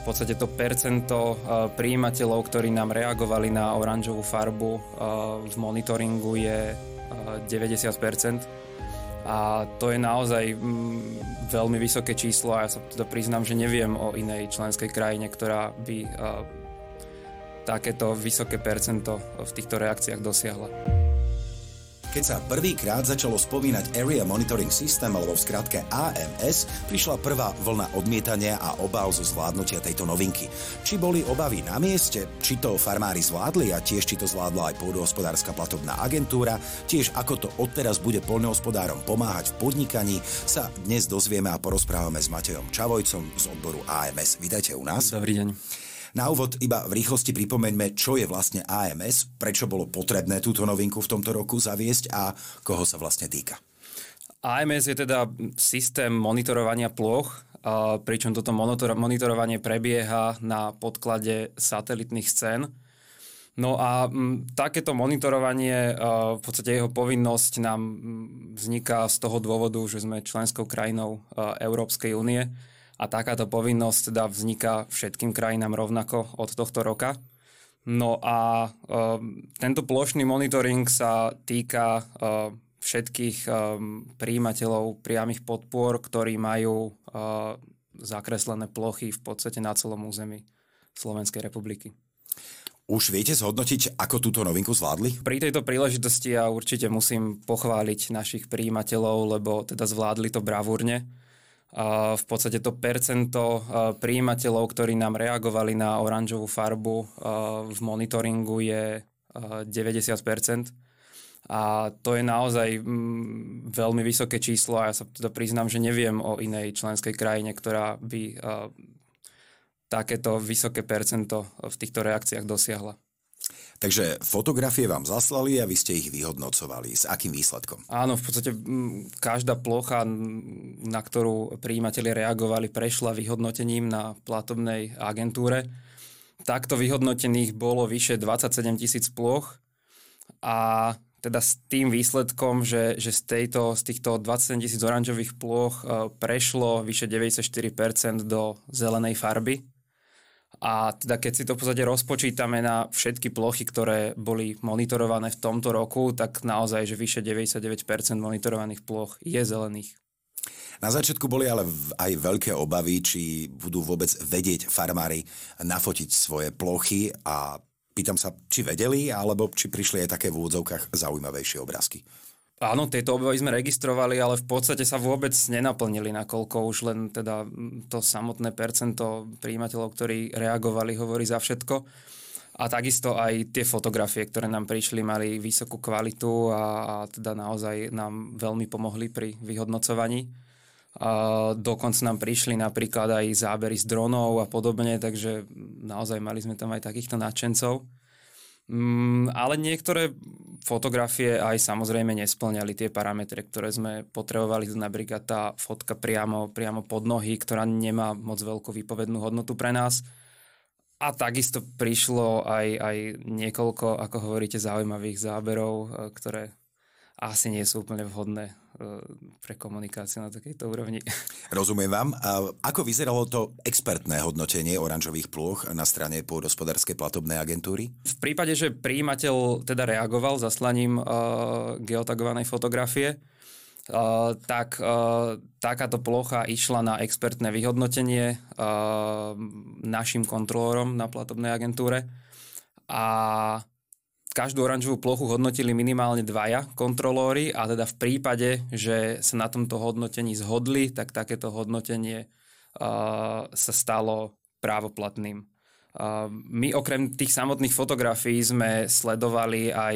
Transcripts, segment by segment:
podstate to percento prijímateľov, ktorí nám reagovali na oranžovú farbu v monitoringu je 90%. A to je naozaj veľmi vysoké číslo a ja sa teda priznám, že neviem o inej členskej krajine, ktorá by takéto vysoké percento v týchto reakciách dosiahla. Keď sa prvýkrát začalo spomínať Area Monitoring System, alebo v skratke AMS, prišla prvá vlna odmietania a obáv zo zvládnutia tejto novinky. Či boli obavy na mieste, či to farmári zvládli a tiež či to zvládla aj pôdohospodárska platobná agentúra, tiež ako to odteraz bude poľnohospodárom pomáhať v podnikaní, sa dnes dozvieme a porozprávame s Matejom Čavojcom z odboru AMS. Vítajte u nás. Dobrý deň. Na úvod iba v rýchlosti pripomeňme, čo je vlastne AMS, prečo bolo potrebné túto novinku v tomto roku zaviesť a koho sa vlastne týka. AMS je teda systém monitorovania plôch, pričom toto monitorovanie prebieha na podklade satelitných scén. No a takéto monitorovanie, v podstate jeho povinnosť nám vzniká z toho dôvodu, že sme členskou krajinou Európskej únie. A takáto povinnosť teda vzniká všetkým krajinám rovnako od tohto roka. No a tento plošný monitoring sa týka všetkých prijímateľov priamych podpor, ktorí majú zakreslené plochy v podstate na celom území Slovenskej republiky. Už viete zhodnotiť, ako túto novinku zvládli? Pri tejto príležitosti ja určite musím pochváliť našich prijímateľov, lebo teda zvládli to bravúrne. V podstate to percento prijímateľov, ktorí nám reagovali na oranžovú farbu v monitoringu je 90%. A to je naozaj veľmi vysoké číslo a ja sa teda priznám, že neviem o inej členskej krajine, ktorá by takéto vysoké percento v týchto reakciách dosiahla. Takže fotografie vám zaslali a vy ste ich vyhodnocovali. S akým výsledkom? Áno, v podstate každá plocha, na ktorú prijímatelia reagovali, prešla vyhodnotením na platobnej agentúre. Takto vyhodnotených bolo vyše 27 000 ploch a teda s tým výsledkom, že z týchto 27 000 oranžových ploch prešlo vyše 94% do zelenej farby. A teda keď si to v podstate rozpočítame na všetky plochy, ktoré boli monitorované v tomto roku, tak naozaj, že vyše 99% monitorovaných ploch je zelených. Na začiatku boli ale aj veľké obavy, či budú vôbec vedieť farmári nafotiť svoje plochy a pýtam sa, či vedeli, alebo či prišli aj také v úvodzovkách zaujímavejšie obrázky. Áno, tieto obavy sme registrovali, ale v podstate sa vôbec nenaplnili, nakoľko už len teda to samotné percento prijímateľov, ktorí reagovali, hovorí za všetko. A takisto aj tie fotografie, ktoré nám prišli, mali vysokú kvalitu a teda naozaj nám veľmi pomohli pri vyhodnocovaní. Dokonca nám prišli napríklad aj zábery z dronov a podobne, takže naozaj mali sme tam aj takýchto nadšencov. Ale niektoré fotografie aj samozrejme nespĺňali tie parametre, ktoré sme potrebovali. Napríklad tá fotka priamo pod nohy, ktorá nemá moc veľkú výpovednú hodnotu pre nás. A takisto prišlo aj niekoľko, ako hovoríte, zaujímavých záberov, ktoré asi nie sú úplne vhodné pre komunikáciu na takejto úrovni. Rozumiem vám. A ako vyzeralo to expertné hodnotenie oranžových plôch na strane pôdohospodárskej platobnej agentúry? V prípade, že prijímateľ teda reagoval zaslaním geotagovanej fotografie, tak takáto plocha išla na expertné vyhodnotenie našim kontrolórom na platobnej agentúre a každú oranžovú plochu hodnotili minimálne 2 kontrolóri a teda v prípade, že sa na tomto hodnotení zhodli, tak takéto hodnotenie sa stalo právoplatným. My okrem tých samotných fotografií sme sledovali aj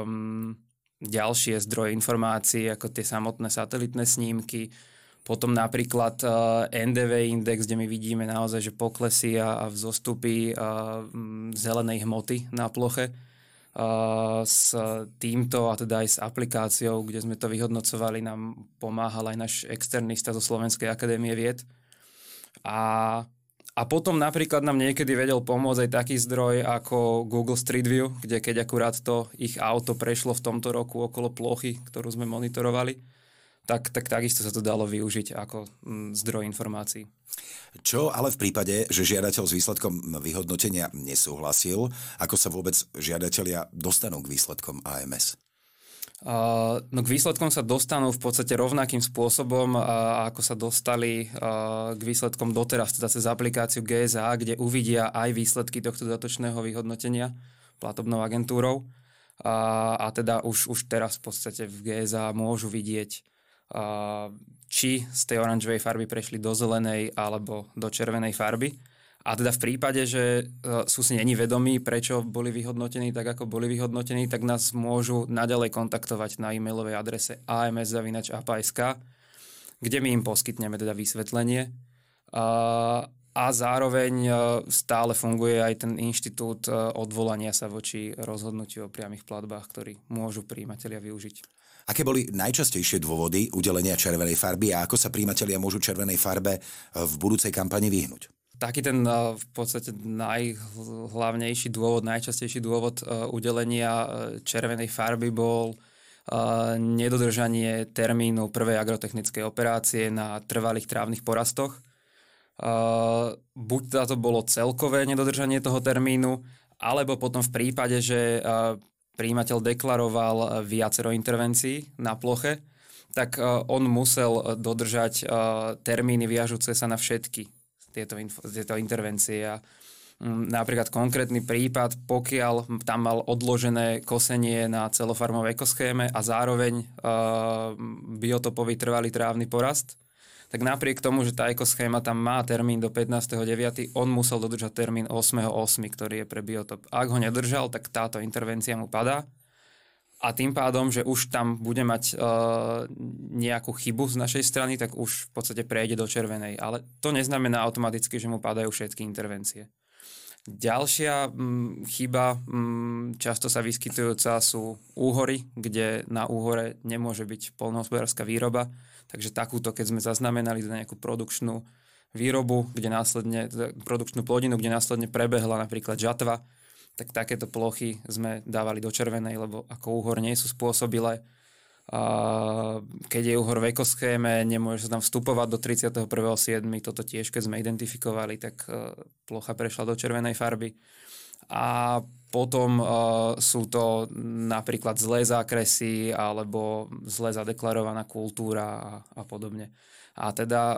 ďalšie zdroje informácií, ako tie samotné satelitné snímky, potom napríklad NDV index, kde my vidíme naozaj, že poklesy a vzostupy zelenej hmoty na ploche. S týmto a teda aj s aplikáciou, kde sme to vyhodnocovali, nám pomáhal aj náš externista zo Slovenskej akadémie vied. A potom napríklad nám niekedy vedel pomôcť aj taký zdroj ako Google Street View, kde keď akurát to ich auto prešlo v tomto roku okolo plochy, ktorú sme monitorovali, tak takisto sa to dalo využiť ako zdroj informácií. Čo ale v prípade, že žiadateľ s výsledkom vyhodnotenia nesúhlasil, ako sa vôbec žiadatelia dostanú k výsledkom AMS? No k výsledkom sa dostanú v podstate rovnakým spôsobom, ako sa dostali k výsledkom doteraz, teda cez aplikáciu GSA, kde uvidia aj výsledky tohto dodatočného vyhodnotenia platobnou agentúrou. A teda už teraz v podstate v GSA môžu vidieť, či z tej oranžovej farby prešli do zelenej alebo do červenej farby. A teda v prípade, že sú si neni vedomí, prečo boli vyhodnotení tak, ako boli vyhodnotení, tak nás môžu naďalej kontaktovať na e-mailovej adrese ams@apa.sk, kde my im poskytneme teda vysvetlenie. A zároveň stále funguje aj ten inštitút odvolania sa voči rozhodnutiu o priamych platbách, ktorý môžu prijímatelia využiť. Aké boli najčastejšie dôvody udelenia červenej farby a ako sa prijímatelia môžu červenej farbe v budúcej kampani vyhnúť? Taký ten v podstate najhlavnejší dôvod, najčastejší dôvod udelenia červenej farby bol nedodržanie termínu prvej agrotechnickej operácie na trvalých trávnych porastoch. Buď to bolo celkové nedodržanie toho termínu, alebo potom v prípade, že prijímateľ deklaroval viacero intervencií na ploche, tak on musel dodržať termíny viažúce sa na všetky tieto intervencie. A napríklad konkrétny prípad, pokiaľ tam mal odložené kosenie na celofarmovej ekoschéme a zároveň biotopový trvalý trávny porast, tak napriek tomu, že tá ekoschéma tam má termín do 15.9., on musel dodržať termín 8.8., ktorý je pre biotop. Ak ho nedržal, tak táto intervencia mu padá. A tým pádom, že už tam bude mať nejakú chybu z našej strany, tak už v podstate prejde do červenej. Ale to neznamená automaticky, že mu padajú všetky intervencie. Ďalšia chyba, často sa vyskytujúca, sú úhory, kde na úhore nemôže byť poľnohospodárska výroba. Takže takúto, keď sme zaznamenali za nejakú produkčnú výrobu, produkčnú plodinu, kde následne prebehla napríklad žatva, tak takéto plochy sme dávali do červenej, lebo ako úhor nie sú spôsobilé. Keď je úhor v ekoschéme, nemôže sa tam vstupovať do 31.7. Toto tiež, keď sme identifikovali, tak plocha prešla do červenej farby. A potom sú to napríklad zlé zákresy alebo zlé zadeklarovaná kultúra a podobne. A teda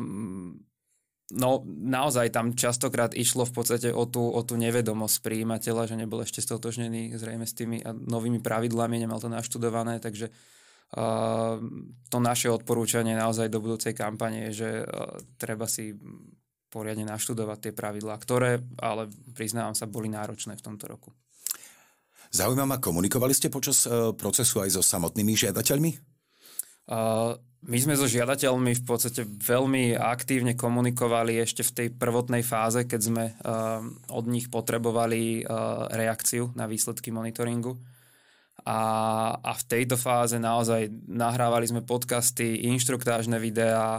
naozaj tam častokrát išlo v podstate o tú nevedomosť prijímateľa, že nebol ešte stotožnený zrejme s tými novými pravidlami, nemal to naštudované, takže to naše odporúčanie naozaj do budúcej kampane je, že treba si poriadne naštudovať tie pravidlá, ktoré, ale priznávam sa, boli náročné v tomto roku. Zaujíma ma, komunikovali ste počas procesu aj so samotnými žiadateľmi? My sme so žiadateľmi v podstate veľmi aktívne komunikovali ešte v tej prvotnej fáze, keď sme od nich potrebovali reakciu na výsledky monitoringu. A v tejto fáze naozaj nahrávali sme podcasty, inštruktážne videá,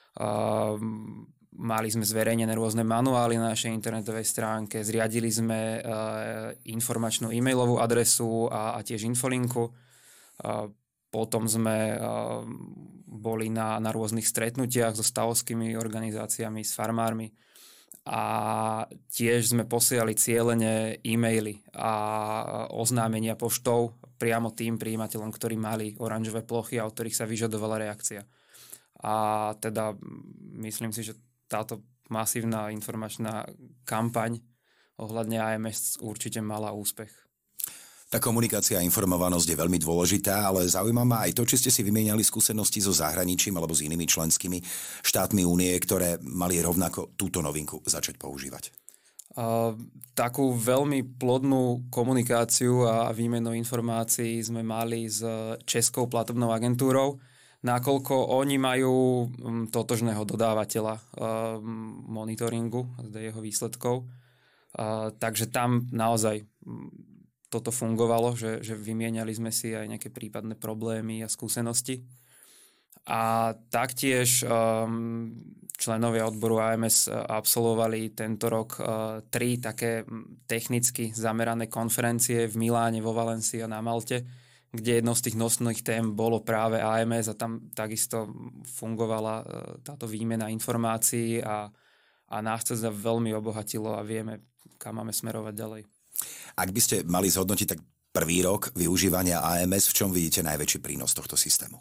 mali sme zverejnené rôzne manuály na našej internetovej stránke, zriadili sme informačnú e-mailovú adresu a tiež infolinku. Potom sme boli na rôznych stretnutiach so stavovskými organizáciami, s farmármi a tiež sme posielali cielene e-maily a oznámenia poštou priamo tým prijímateľom, ktorí mali oranžové plochy a od ktorých sa vyžadovala reakcia. A teda myslím si, že táto masívna informačná kampaň ohľadne AMS určite mala úspech. Tá komunikácia a informovanosť je veľmi dôležitá, ale zaujíma ma aj to, či ste si vymieniali skúsenosti so zahraničím alebo s inými členskými štátmi únie, ktoré mali rovnako túto novinku začať používať. Takú veľmi plodnú komunikáciu a výmenu informácií sme mali s Českou platobnou agentúrou, nakoľko oni majú totožného dodávateľa monitoringu, jeho výsledkov. Takže tam naozaj toto fungovalo, že vymieniali sme si aj nejaké prípadné problémy a skúsenosti. A taktiež členovia odboru AMS absolvovali tento rok 3 také technicky zamerané konferencie v Miláne, vo Valencii a na Malte, kde jednou z tých nosných tém bolo práve AMS a tam takisto fungovala táto výmena informácií a nás to veľmi obohatilo a vieme, kam máme smerovať ďalej. Ak by ste mali zhodnotiť tak prvý rok využívania AMS, v čom vidíte najväčší prínos tohto systému?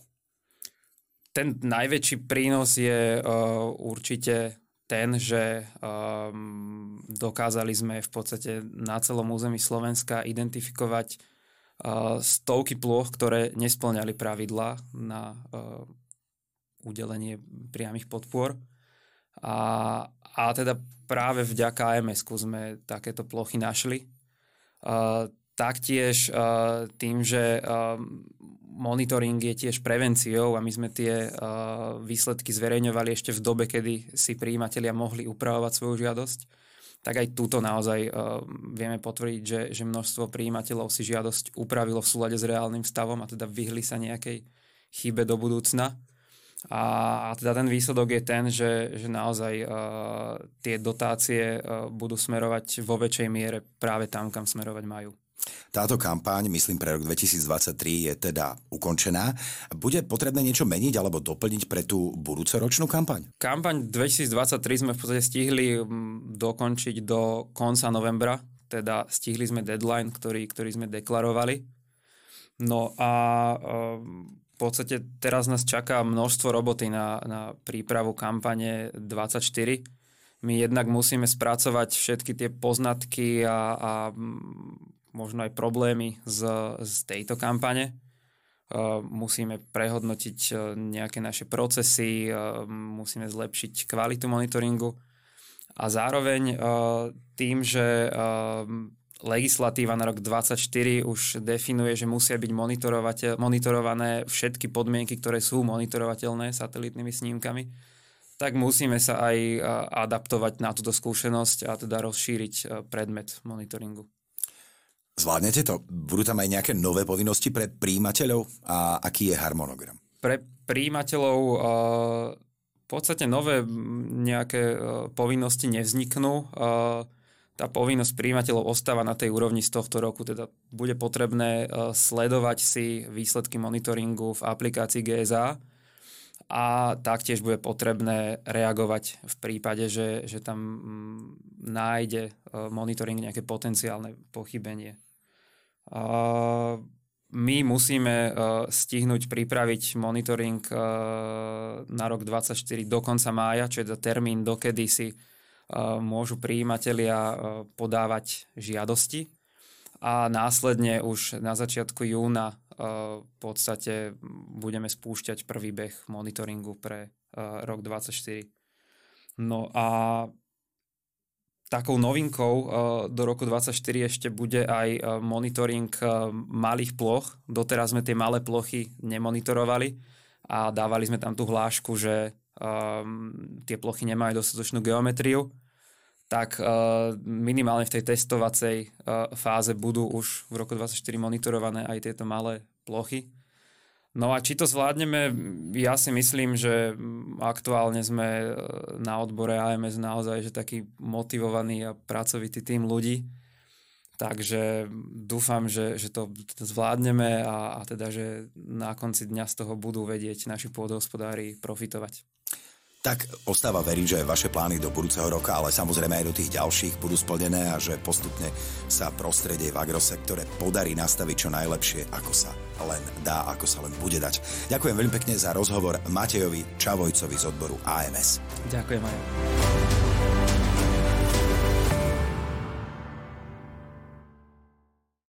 Ten najväčší prínos je určite ten, že dokázali sme v podstate na celom území Slovenska identifikovať stovky plôch, ktoré nespĺňali pravidlá na udelenie priamych podpor. A teda práve vďaka AMS-ku sme takéto plochy našli. Taktiež tým, že monitoring je tiež prevenciou a my sme tie výsledky zverejňovali ešte v dobe, kedy si prijímatelia mohli upravovať svoju žiadosť, tak aj túto naozaj vieme potvrdiť, že množstvo prijímateľov si žiadosť upravilo v súlade s reálnym stavom a teda vyhli sa nejakej chybe do budúcna. A teda ten výsledok je ten, že naozaj tie dotácie budú smerovať vo väčšej miere práve tam, kam smerovať majú. Táto kampaň, myslím, pre rok 2023 je teda ukončená. Bude potrebné niečo meniť alebo doplniť pre tú budúcoročnú kampaň? Kampaň 2023 sme v podstate stihli dokončiť do konca novembra, teda stihli sme deadline, ktorý sme deklarovali. No a v podstate teraz nás čaká množstvo roboty na prípravu kampane 24. My jednak musíme spracovať všetky tie poznatky a možno aj problémy z tejto kampane. Musíme prehodnotiť nejaké naše procesy, musíme zlepšiť kvalitu monitoringu a zároveň tým, že legislatíva na rok 2024 už definuje, že musia byť monitorované všetky podmienky, ktoré sú monitorovateľné satelitnými snímkami, tak musíme sa aj adaptovať na túto skúsenosť a teda rozšíriť predmet monitoringu. Zvládnete to? Budú tam aj nejaké nové povinnosti pre prijímateľov a aký je harmonogram? Pre prijímateľov v podstate nové nejaké povinnosti nevzniknú. Tá povinnosť prijímateľov ostáva na tej úrovni z tohto roku. Teda bude potrebné sledovať si výsledky monitoringu v aplikácii GSA a taktiež bude potrebné reagovať v prípade, že tam nájde monitoring nejaké potenciálne pochybenie. My musíme stihnúť pripraviť monitoring na rok 2024 do konca mája, čo je termín, dokedy si môžu prijímatelia podávať žiadosti a následne už na začiatku júna v podstate budeme spúšťať prvý beh monitoringu pre rok 2024. No a takou novinkou do roku 2024 ešte bude aj monitoring malých ploch. Doteraz sme tie malé plochy nemonitorovali a dávali sme tam tú hlášku, že tie plochy nemajú dostatočnú geometriu. Tak minimálne v tej testovacej fáze budú už v roku 2024 monitorované aj tieto malé plochy. No a či to zvládneme, ja si myslím, že aktuálne sme na odbore AMS naozaj že taký motivovaný a pracovitý tím ľudí. Takže dúfam, že to zvládneme a teda, že na konci dňa z toho budú vedieť naši pôdohospodári profitovať. Tak ostáva veriť, že vaše plány do budúceho roka, ale samozrejme aj do tých ďalších budú splnené a že postupne sa prostredie v agrosektore podarí nastaviť čo najlepšie, ako sa len dá, ako sa len bude dať. Ďakujem veľmi pekne za rozhovor Matejovi Čavojcovi z odboru AMS. Ďakujem aj.